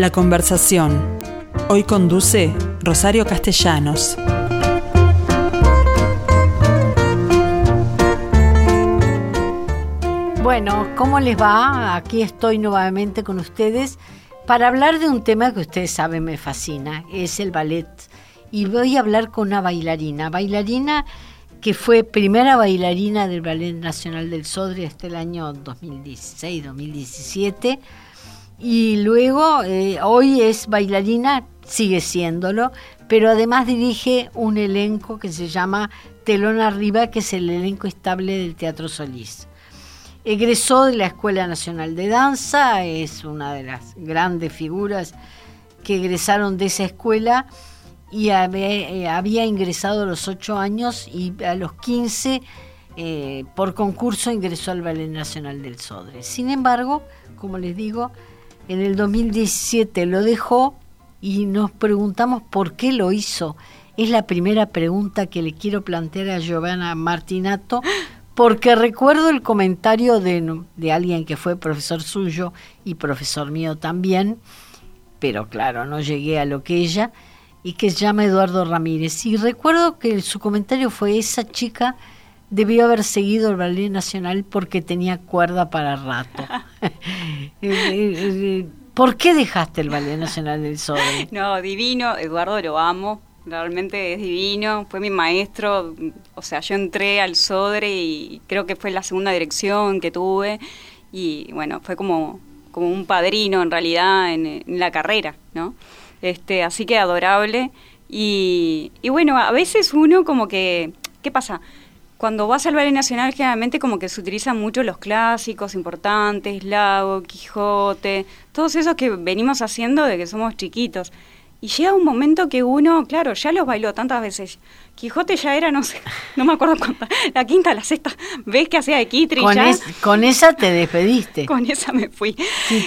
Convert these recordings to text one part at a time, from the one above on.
La conversación. Hoy conduce Rosario Castellanos. Bueno, ¿cómo les va? Aquí estoy nuevamente con ustedes para hablar de un tema que ustedes saben me fascina, es el ballet. Y voy a hablar con una bailarina que fue primera bailarina del Ballet Nacional del Sodre hasta el año 2016-2017. Y luego, hoy es bailarina, sigue siéndolo, pero además dirige un elenco que se llama Telón Arriba, que es el elenco estable del Teatro Solís. Egresó de la Escuela Nacional de Danza, es una de las grandes figuras que egresaron de esa escuela y había ingresado a los 8 años y a los 15 por concurso ingresó al Ballet Nacional del Sodre. Sin embargo, como les digo, en el 2017 lo dejó y nos preguntamos por qué lo hizo. Es la primera pregunta que le quiero plantear a Giovanna Martinato, porque recuerdo el comentario de alguien que fue profesor suyo y profesor mío también, pero claro, no llegué a lo que ella, y que se llama Eduardo Ramírez. Y recuerdo que su comentario fue: esa chica debió haber seguido el Ballet Nacional porque tenía cuerda para rato. ¿Por qué dejaste el Ballet Nacional del Sodre? No, divino, Eduardo lo amo, realmente es divino, fue mi maestro, o sea, yo entré al Sodre y creo que fue la segunda dirección que tuve y bueno, fue como un padrino en realidad en la carrera, ¿no? Así que adorable y bueno, a veces uno como que, ¿qué pasa? Cuando vas al Ballet Nacional generalmente como que se utilizan mucho los clásicos importantes, Lago, Quijote, todos esos que venimos haciendo desde que somos chiquitos. Y llega un momento que uno, claro, ya los bailó tantas veces. Quijote ya era, no sé, no me acuerdo cuánta, la quinta, la sexta vez que hacía de Kitri. Con esa te despediste. Con esa me fui.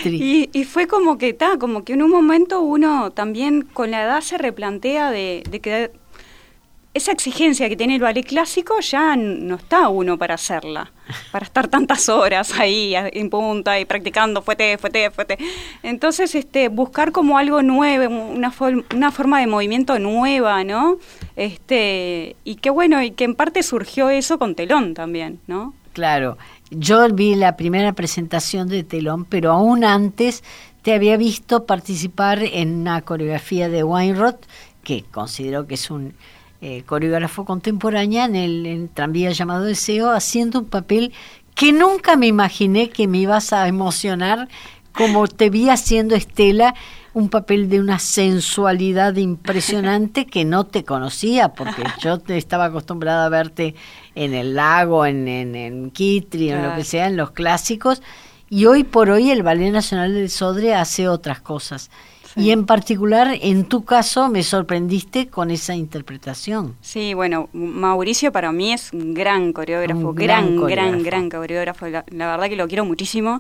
Y fue como que en un momento uno también con la edad se replantea de que esa exigencia que tiene el ballet clásico ya no está uno para hacerla, para estar tantas horas ahí en punta y practicando fuete. Entonces, buscar como algo nuevo, una forma de movimiento nueva, ¿no? Y qué bueno, y que en parte surgió eso con Telón también, ¿no? Claro, yo vi la primera presentación de Telón, pero aún antes te había visto participar en una coreografía de Weinroth, que considero que es un coreógrafo contemporánea, en el tranvía llamado Deseo, haciendo un papel que nunca me imaginé que me ibas a emocionar, como te vi haciendo, Estela, un papel de una sensualidad impresionante que no te conocía, porque yo estaba acostumbrada a verte en el Lago, en Kitri, en lo que sea, en los clásicos, y hoy por hoy el Ballet Nacional del Sodre hace otras cosas. Y en particular, en tu caso, me sorprendiste con esa interpretación. Sí, bueno, Mauricio para mí es un gran coreógrafo, gran coreógrafo. La verdad que lo quiero muchísimo.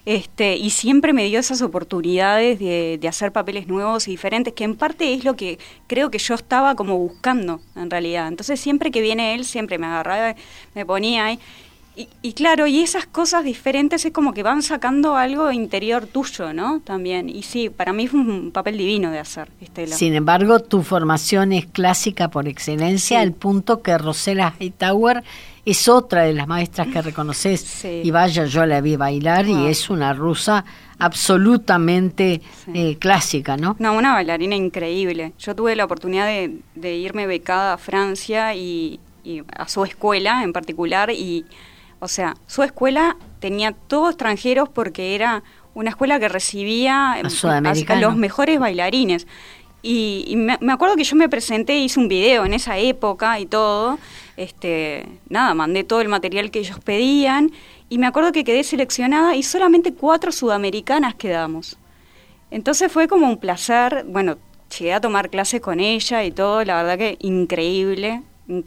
Y siempre me dio esas oportunidades de hacer papeles nuevos y diferentes, que en parte es lo que creo que yo estaba como buscando, en realidad. Entonces, siempre que viene él, siempre me agarraba, me ponía ahí. Y claro, y esas cosas diferentes es como que van sacando algo interior tuyo, ¿no? También. Y sí, para mí fue un papel divino de hacer, Estela. Sin embargo, tu formación es clásica por excelencia, al punto que Rosella Hightower es otra de las maestras que reconoces. Sí. Y vaya, yo la vi bailar y es una rusa absolutamente clásica, ¿no? No, una bailarina increíble. Yo tuve la oportunidad de irme becada a Francia y a su escuela en particular y... O sea, su escuela tenía todos extranjeros porque era una escuela que recibía a los mejores bailarines. Y me acuerdo que yo me presenté, hice un video en esa época y todo. Mandé todo el material que ellos pedían. Y me acuerdo que quedé seleccionada y solamente 4 sudamericanas quedamos. Entonces fue como un placer. Bueno, llegué a tomar clases con ella y todo. La verdad que increíble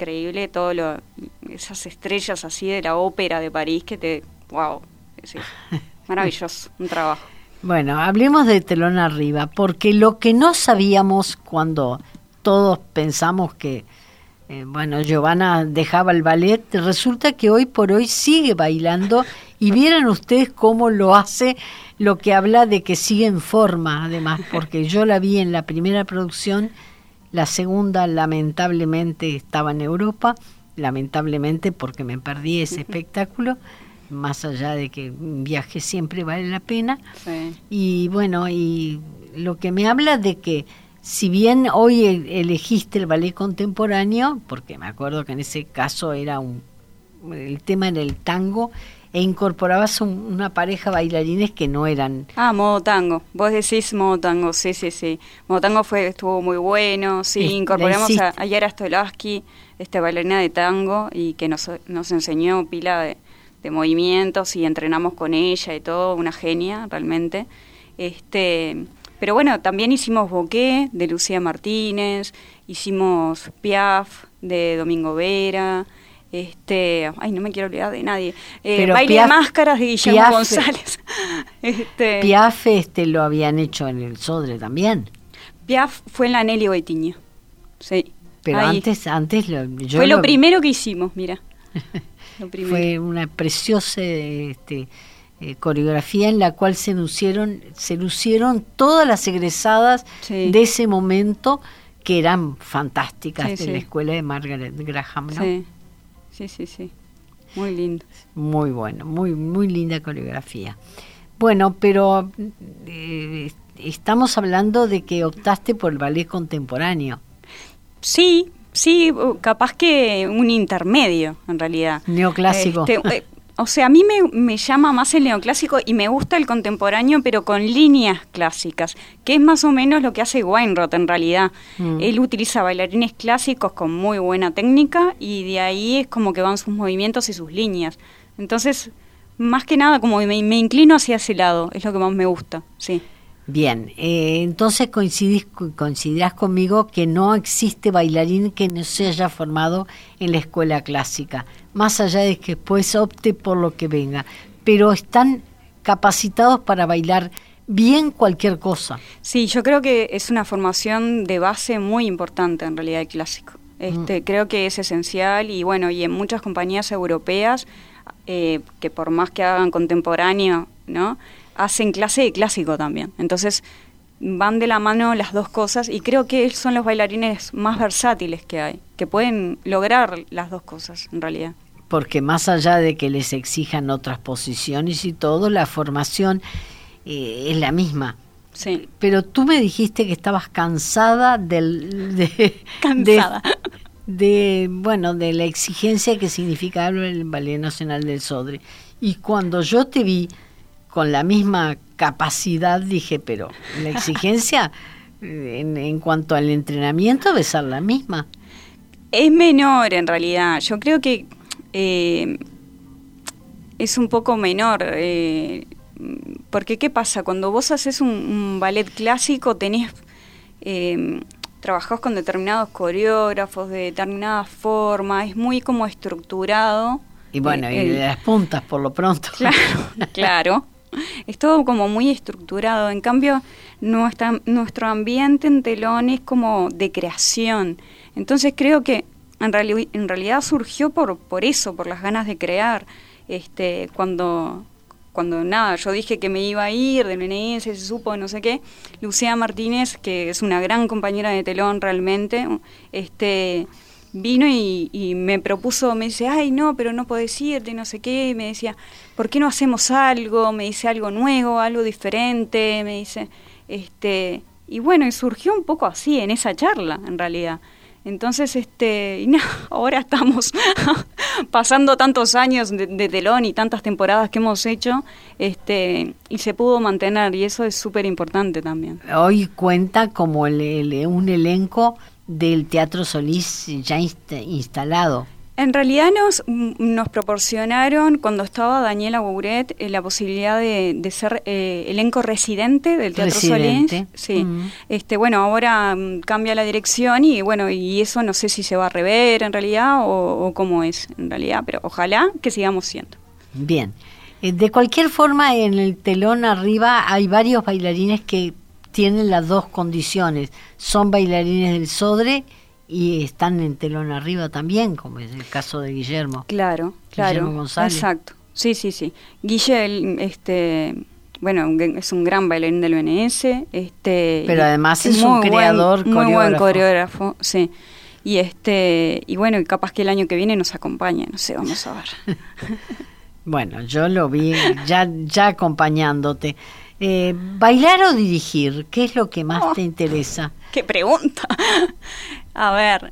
esas estrellas así de la ópera de París sí, maravilloso, un trabajo. Bueno, hablemos de Telón Arriba, porque lo que no sabíamos cuando todos pensamos que Giovanna dejaba el ballet, resulta que hoy por hoy sigue bailando y vieran ustedes cómo lo hace lo que habla de que sigue en forma, además, porque yo la vi en la primera producción, la segunda lamentablemente estaba en Europa, lamentablemente porque me perdí ese espectáculo, más allá de que un viaje siempre vale la pena. Sí. Y bueno, y lo que me habla de que si bien hoy elegiste el ballet contemporáneo, porque me acuerdo que en ese caso el tema era el tango, e incorporabas una pareja bailarines que no eran... Modo tango. Vos decís modo tango, sí. Modo tango estuvo muy bueno, sí, incorporamos a Yara Stolavsky, bailarina de tango, y que nos enseñó pila de movimientos, y entrenamos con ella y todo, una genia, realmente. Pero bueno, también hicimos Bouquet, de Lucía Martínez, hicimos Piaf, de Domingo Vera... no me quiero olvidar de nadie. Baile Piaf, de máscaras de Guillermo Piaf, González. Piaf lo habían hecho en el Sodre también. Piaf fue en la Nelly Goitiño. Sí. Pero ahí. antes fue lo primero que hicimos, mira. Fue una preciosa coreografía en la cual se lucieron todas las egresadas de ese momento, que eran fantásticas, de la escuela de Margaret Graham, ¿no? Sí. Muy lindo. Muy bueno, muy linda coreografía. Bueno, pero estamos hablando de que optaste por el ballet contemporáneo. Sí, capaz que un intermedio, en realidad. Neoclásico. O sea, a mí me llama más el neoclásico y me gusta el contemporáneo, pero con líneas clásicas, que es más o menos lo que hace Weinroth en realidad. Él utiliza bailarines clásicos con muy buena técnica, y de ahí es como que van sus movimientos y sus líneas. Entonces, más que nada, como me inclino hacia ese lado, es lo que más me gusta, sí. Bien, entonces coincidirás conmigo que no existe bailarín que no se haya formado en la escuela clásica, más allá de que después opte por lo que venga, pero están capacitados para bailar bien cualquier cosa. Sí, yo creo que es una formación de base muy importante en realidad el clásico. Creo que es esencial, y bueno, y en muchas compañías europeas que por más que hagan contemporáneo, ¿no?, hacen clase de clásico también. Entonces van de la mano las dos cosas, y creo que son los bailarines más versátiles que hay, que pueden lograr las dos cosas en realidad. Porque más allá de que les exijan otras posiciones y todo, la formación es la misma. Sí. Pero tú me dijiste que estabas cansada cansada. de la exigencia que significa el Ballet Nacional del Sodre. Y cuando yo te vi con la misma capacidad, dije, pero la exigencia en cuanto al entrenamiento debe ser la misma. Es menor en realidad. Yo creo que es un poco menor. Porque ¿qué pasa? Cuando vos haces un ballet clásico, trabajás con determinados coreógrafos, de determinada forma, es muy como estructurado. Y bueno, y de las puntas por lo pronto. Claro. Es todo como muy estructurado. En cambio, nuestro ambiente en telón es como de creación. Entonces creo que en realidad surgió por eso, por las ganas de crear. Cuando nada, yo dije que me iba a ir del BNS, se supo, no sé qué, Lucía Martínez, que es una gran compañera de telón realmente, vino y me propuso, me dice, ay no, pero no podés irte, no sé qué, y me decía, ¿por qué no hacemos algo? Me dice, algo nuevo, algo diferente, me dice, y bueno, y surgió un poco así, en esa charla, en realidad. Entonces, y nada, ahora estamos pasando tantos años de telón y tantas temporadas que hemos hecho, y se pudo mantener, y eso es súper importante también. Hoy cuenta como un elenco del Teatro Solís ya instalado. En realidad nos proporcionaron, cuando estaba Daniela Bouret, la posibilidad de ser elenco residente del Teatro Solís. Sí. Bueno, ahora cambia la dirección, y bueno, y eso no sé si se va a rever en realidad o cómo es en realidad, pero ojalá que sigamos siendo. Bien. De cualquier forma, en el telón arriba hay varios bailarines que tienen las dos condiciones. Son bailarines del Sodre y están en telón arriba también, como es el caso de Guillermo. Claro. Guillermo González. Exacto. Sí. Guille, bueno, es un gran bailarín del BNS. Pero además es un creador, muy buen coreógrafo, sí. Y bueno, y capaz que el año que viene nos acompañe, no sé, vamos a ver. Bueno, yo lo vi ya acompañándote. ¿Bailar o dirigir? ¿Qué es lo que más te interesa? ¡Qué pregunta! A ver,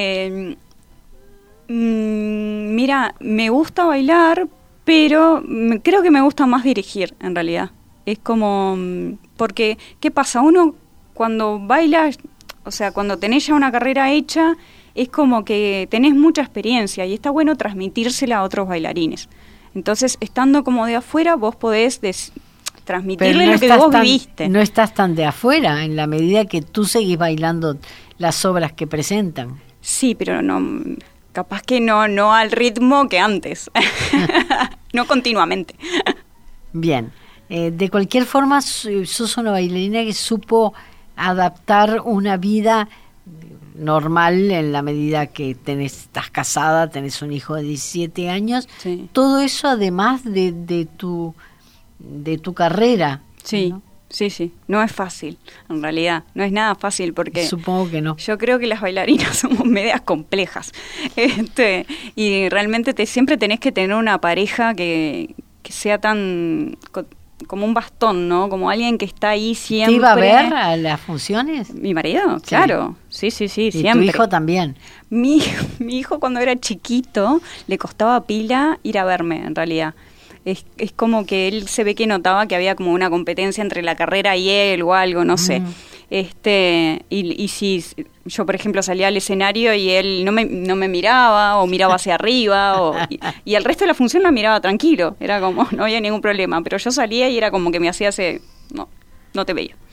mira, me gusta bailar, pero creo que me gusta más dirigir, en realidad. Es como, porque, ¿qué pasa? Uno cuando baila, o sea, cuando tenés ya una carrera hecha, es como que tenés mucha experiencia y está bueno transmitírsela a otros bailarines. Entonces, estando como de afuera, vos podés transmitirle lo que vos viviste. No estás tan de afuera, en la medida que tú seguís bailando las obras que presentan. Sí, pero no, capaz que no al ritmo que antes, no continuamente. Bien, de cualquier forma, sos una bailarina que supo adaptar una vida normal en la medida que estás casada, tenés un hijo de 17 años, sí. Todo eso además de tu carrera. Sí, ¿no? Sí, no es fácil, en realidad, no es nada fácil porque... Supongo que no. Yo creo que las bailarinas somos medias complejas, y realmente siempre tenés que tener una pareja que sea tan... como un bastón, ¿no? Como alguien que está ahí siempre. ¿Te iba a ver a las funciones? ¿Mi marido? Sí. Claro, sí, ¿Y siempre. tu hijo también? Mi hijo cuando era chiquito le costaba pila ir a verme, en realidad. Es como que él se ve que notaba que había como una competencia entre la carrera y él o algo, no sé. Y si yo, por ejemplo, salía al escenario y él no me miraba o miraba hacia arriba y el resto de la función la miraba tranquilo, era como, no había ningún problema, pero yo salía y era como que me hacía no te veía.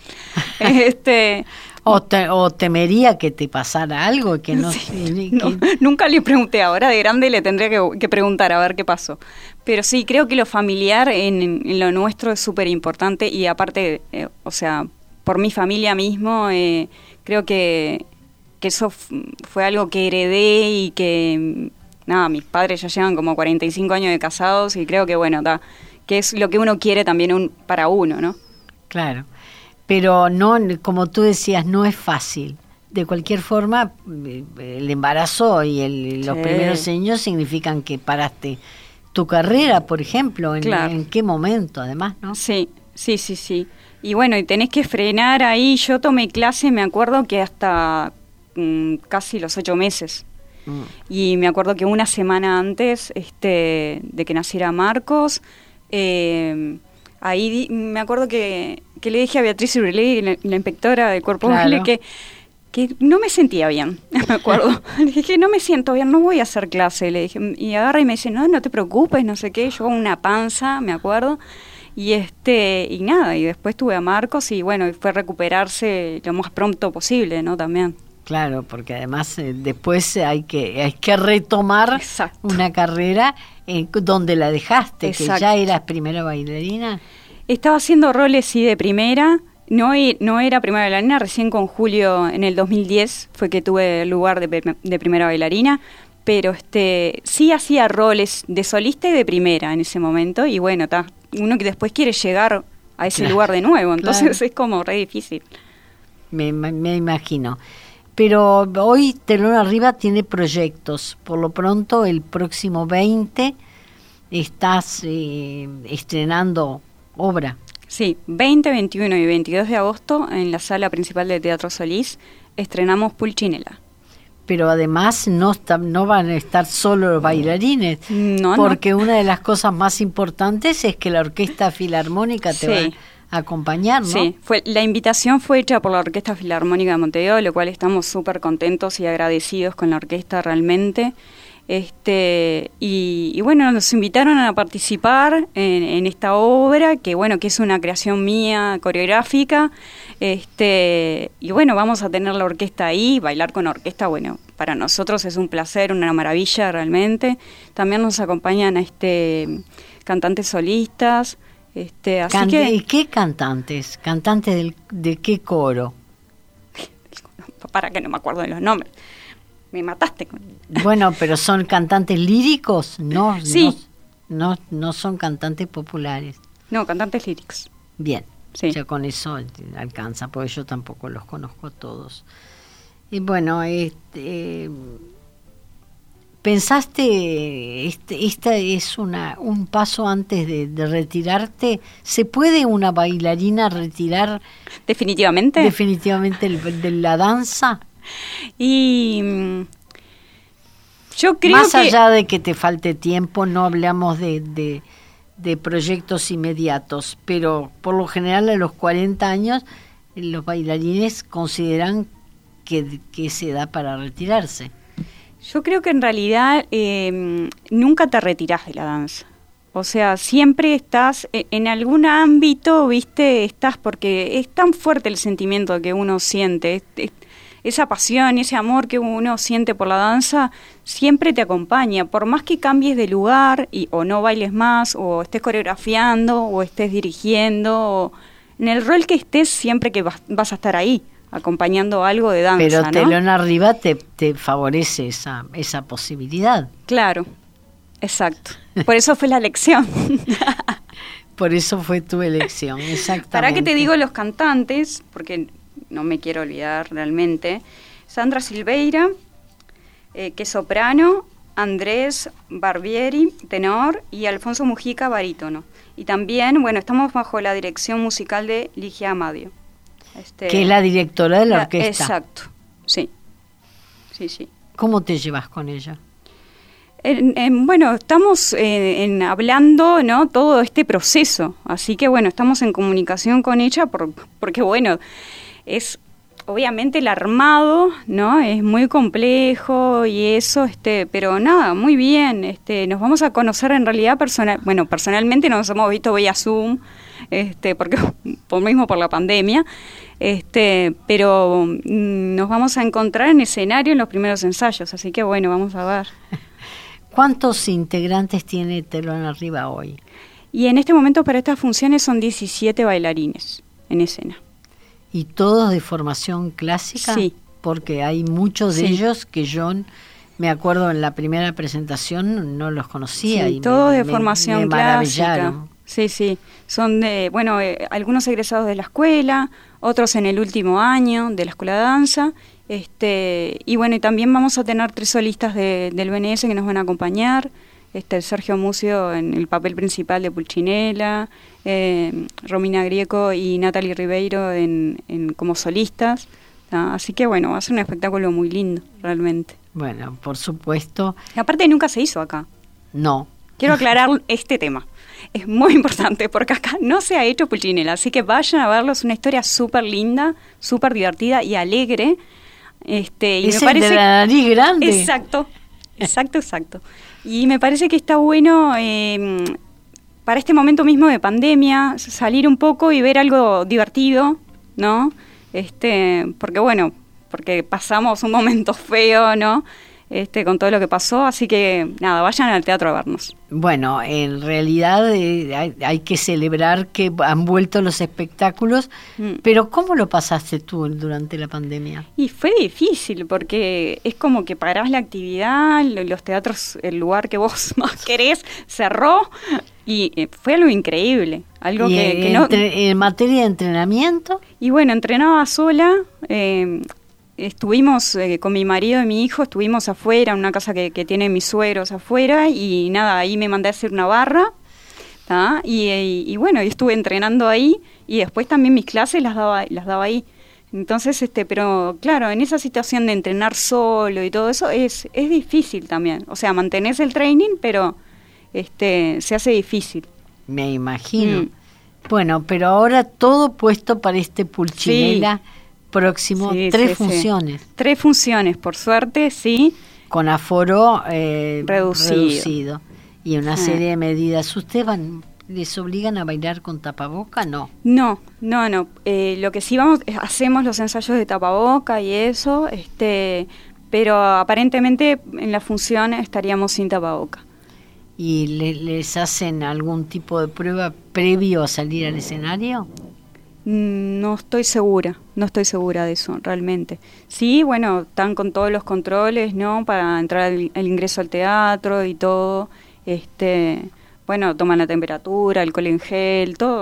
O temería que te pasara algo que no, sí, nunca le pregunté, ahora de grande le tendría que preguntar a ver qué pasó. Pero sí, creo que lo familiar en lo nuestro es súper importante y aparte, o sea, por mi familia mismo, creo que eso fue algo que heredé y que, nada, mis padres ya llevan como 45 años de casados y creo que, bueno, que es lo que uno quiere también para uno, ¿no? Claro. Pero no, como tú decías, no es fácil. De cualquier forma, el embarazo y los primeros años significan que paraste tu carrera, por ejemplo. Claro. ¿En qué momento, además, no? Sí. Y bueno, y tenés que frenar ahí. Yo tomé clase, me acuerdo que hasta casi los 8 meses. Y me acuerdo que una semana antes de que naciera Marcos, ahí me acuerdo que le dije a Beatriz Urelli, la inspectora del cuerpo baile, que no me sentía bien, me acuerdo. Le dije, no me siento bien, no voy a hacer clase. Le dije, y agarra y me dice, no te preocupes, no sé qué. Yo con una panza, me acuerdo. Y y nada, y después tuve a Marcos y bueno, fue recuperarse lo más pronto posible, ¿no? También. Claro, porque además después hay que retomar Exacto. una carrera donde la dejaste, Exacto. Que ya eras primera bailarina. Estaba haciendo roles, sí, de primera. No era primera bailarina, recién con Julio en el 2010 fue que tuve el lugar de primera bailarina, pero sí hacía roles de solista y de primera en ese momento, y bueno, uno que después quiere llegar a ese lugar de nuevo, entonces es como re difícil. Me imagino. Pero hoy Telón Arriba tiene proyectos. Por lo pronto, el próximo 20 estás estrenando obra. Sí, 20, 21 y 22 de agosto en la sala principal de Teatro Solís estrenamos Pulcinella. Pero además no van a estar solo los bailarines, porque una de las cosas más importantes es que la Orquesta Filarmónica te va a acompañar, ¿no? Sí, la invitación fue hecha por la Orquesta Filarmónica de Montevideo, lo cual estamos súper contentos y agradecidos con la orquesta realmente. Y bueno, nos invitaron a participar en esta obra, que bueno, que es una creación mía coreográfica, y bueno, vamos a tener la orquesta ahí, bailar con orquesta, bueno, para nosotros es un placer, una maravilla realmente. También nos acompañan cantantes solistas, así que... ¿Y qué cantantes? ¿Cantantes de qué coro? Para que no me acuerdo de los nombres. Me mataste. Bueno, pero son cantantes líricos, no, sí. no son cantantes populares. No, cantantes líricos. Bien, Sí. ya con eso alcanza, porque yo tampoco los conozco todos. Y bueno, ¿pensaste, esta es un paso antes de retirarte? ¿Se puede una bailarina retirar Definitivamente. definitivamente de la danza? Y yo creo Más que... allá de que te falte tiempo, no hablamos de proyectos inmediatos, pero por lo general a los 40 años los bailarines consideran que es edad para retirarse. Yo creo que en realidad nunca te retirás de la danza. O sea, siempre estás en algún ámbito, ¿viste? Estás porque es tan fuerte el sentimiento que uno siente. Esa pasión, ese amor que uno siente por la danza, siempre te acompaña. Por más que cambies de lugar o no bailes más, o estés coreografiando, o estés dirigiendo, o en el rol que estés, siempre que vas a estar ahí, acompañando algo de danza, Pero ¿no? Telón Arriba te favorece esa posibilidad. Claro, exacto. Por eso fue la elección. Por eso fue tu elección, exactamente. ¿Para qué te digo los cantantes? Porque no me quiero olvidar realmente. Sandra Silveira, que es soprano, Andrés Barbieri, tenor, y Alfonso Mujica, barítono. Y también, bueno, estamos bajo la dirección musical de Ligia Amadio. Que es la directora de la orquesta. Exacto, sí. Sí. ¿Cómo te llevas con ella? Bueno, estamos hablando, ¿no? Todo este proceso, así que bueno, estamos en comunicación con ella porque bueno, es obviamente el armado, ¿no? Es muy complejo y eso, pero nada, muy bien. Nos vamos a conocer en realidad personalmente nos hemos visto vía Zoom, porque por la pandemia, pero nos vamos a encontrar en escenario en los primeros ensayos, así que bueno, vamos a ver. ¿Cuántos integrantes tiene Telón Arriba hoy? Y en este momento para estas funciones son 17 bailarines en escena. ¿Y todos de formación clásica? Sí. Porque hay muchos de Sí. ellos que yo me acuerdo en la primera presentación no los conocía. Sí, y todos de me formación maravillaron. clásica. Sí. Son algunos egresados de la escuela, otros en el último año de la escuela de danza. Y bueno, y también vamos a tener 3 solistas del BNS que nos van a acompañar. Sergio Mucio en el papel principal de Pulcinella, Romina Grieco y Natalie Ribeiro como solistas, ¿tá? Así que bueno, va a ser un espectáculo muy lindo, realmente. Bueno, por supuesto, Y aparte nunca se hizo acá. no. Quiero aclarar este tema. Es muy importante porque acá no se ha hecho Pulcinella, así que vayan a verlo, es una historia súper linda, súper divertida y alegre. Y Es me el parece de la nariz grande. Exacto. Y me parece que está bueno para este momento mismo de pandemia salir un poco y ver algo divertido, ¿no? Porque pasamos un momento feo, ¿no? Con todo lo que pasó, así que nada, vayan al teatro a vernos. Bueno, en realidad hay que celebrar que han vuelto los espectáculos, pero ¿cómo lo pasaste tú durante la pandemia? Y fue difícil porque es como que parás la actividad, los teatros, el lugar que vos más querés, cerró y fue algo increíble. Algo ¿Y que no... en materia de entrenamiento? Y bueno, entrenaba sola, estuvimos con mi marido y mi hijo, estuvimos afuera, en una casa que tienen mis suegros afuera, y nada, ahí me mandé a hacer una barra, ¿tá? Y bueno, y estuve entrenando ahí, y después también mis clases las daba ahí. Entonces, pero claro, en esa situación de entrenar solo y todo eso, es difícil también. O sea, mantenés el training, pero se hace difícil. Me imagino. Bueno, pero ahora todo puesto para Pulcinella. Sí. Próximo, Sí, 3 sí. funciones. 3 funciones, por suerte, sí. Con aforo Reducido. Y una serie de medidas. ¿Ustedes les obligan a bailar con tapaboca? No. No. Lo que sí hacemos los ensayos de tapaboca y eso, pero aparentemente en la función estaríamos sin tapaboca. ¿Y les hacen algún tipo de prueba previo a salir al escenario? No estoy segura de eso, realmente. Sí, bueno, están con todos los controles, ¿no? Para entrar el ingreso al teatro y todo. Bueno, toman la temperatura, alcohol en gel, todo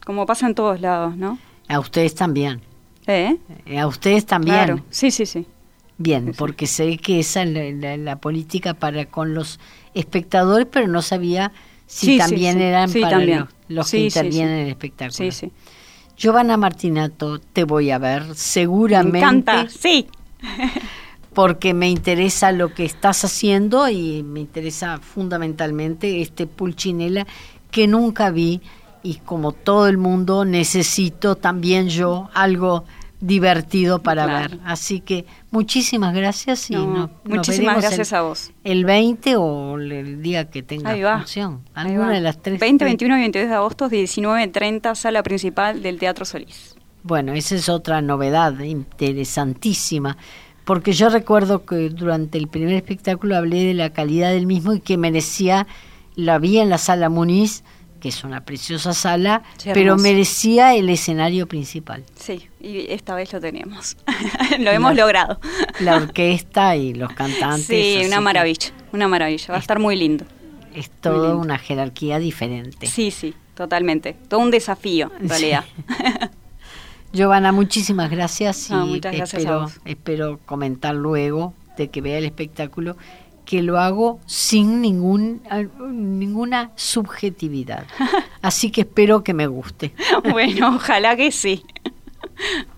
como pasa en todos lados, ¿no? A ustedes también. ¿Eh? A ustedes también. Claro, sí. Bien, Sí. porque sé que esa es la política para con los espectadores, pero no sabía si también eran para también. los que intervienen en el espectáculo. Sí. Giovanna Martinato, te voy a ver seguramente. Me encanta, sí. Porque me interesa lo que estás haciendo y me interesa fundamentalmente este Pulcinella que nunca vi, y como todo el mundo necesito también yo algo divertido para ver. Así que muchísimas gracias y nos muchísimas veremos gracias a vos. El 20 o el día que tenga función. Alguna de las tres. 20, 21 y 22 de agosto, 19:30, sala principal del Teatro Solís. Bueno, esa es otra novedad interesantísima, porque yo recuerdo que durante el primer espectáculo hablé de la calidad del mismo y que merecía, la vi en la Sala Muniz, que es una preciosa sala, sí, pero merecía el escenario principal. Sí, y esta vez lo tenemos. Lo hemos logrado. La orquesta y los cantantes. Sí, una maravilla. Va a estar muy lindo. Es toda una jerarquía diferente. Sí, totalmente. Todo un desafío, en realidad. Giovanna, muchísimas gracias y muchas gracias a vos. Espero comentar luego de que vea el espectáculo que lo hago sin ninguna subjetividad. Así que espero que me guste. Bueno, ojalá que sí.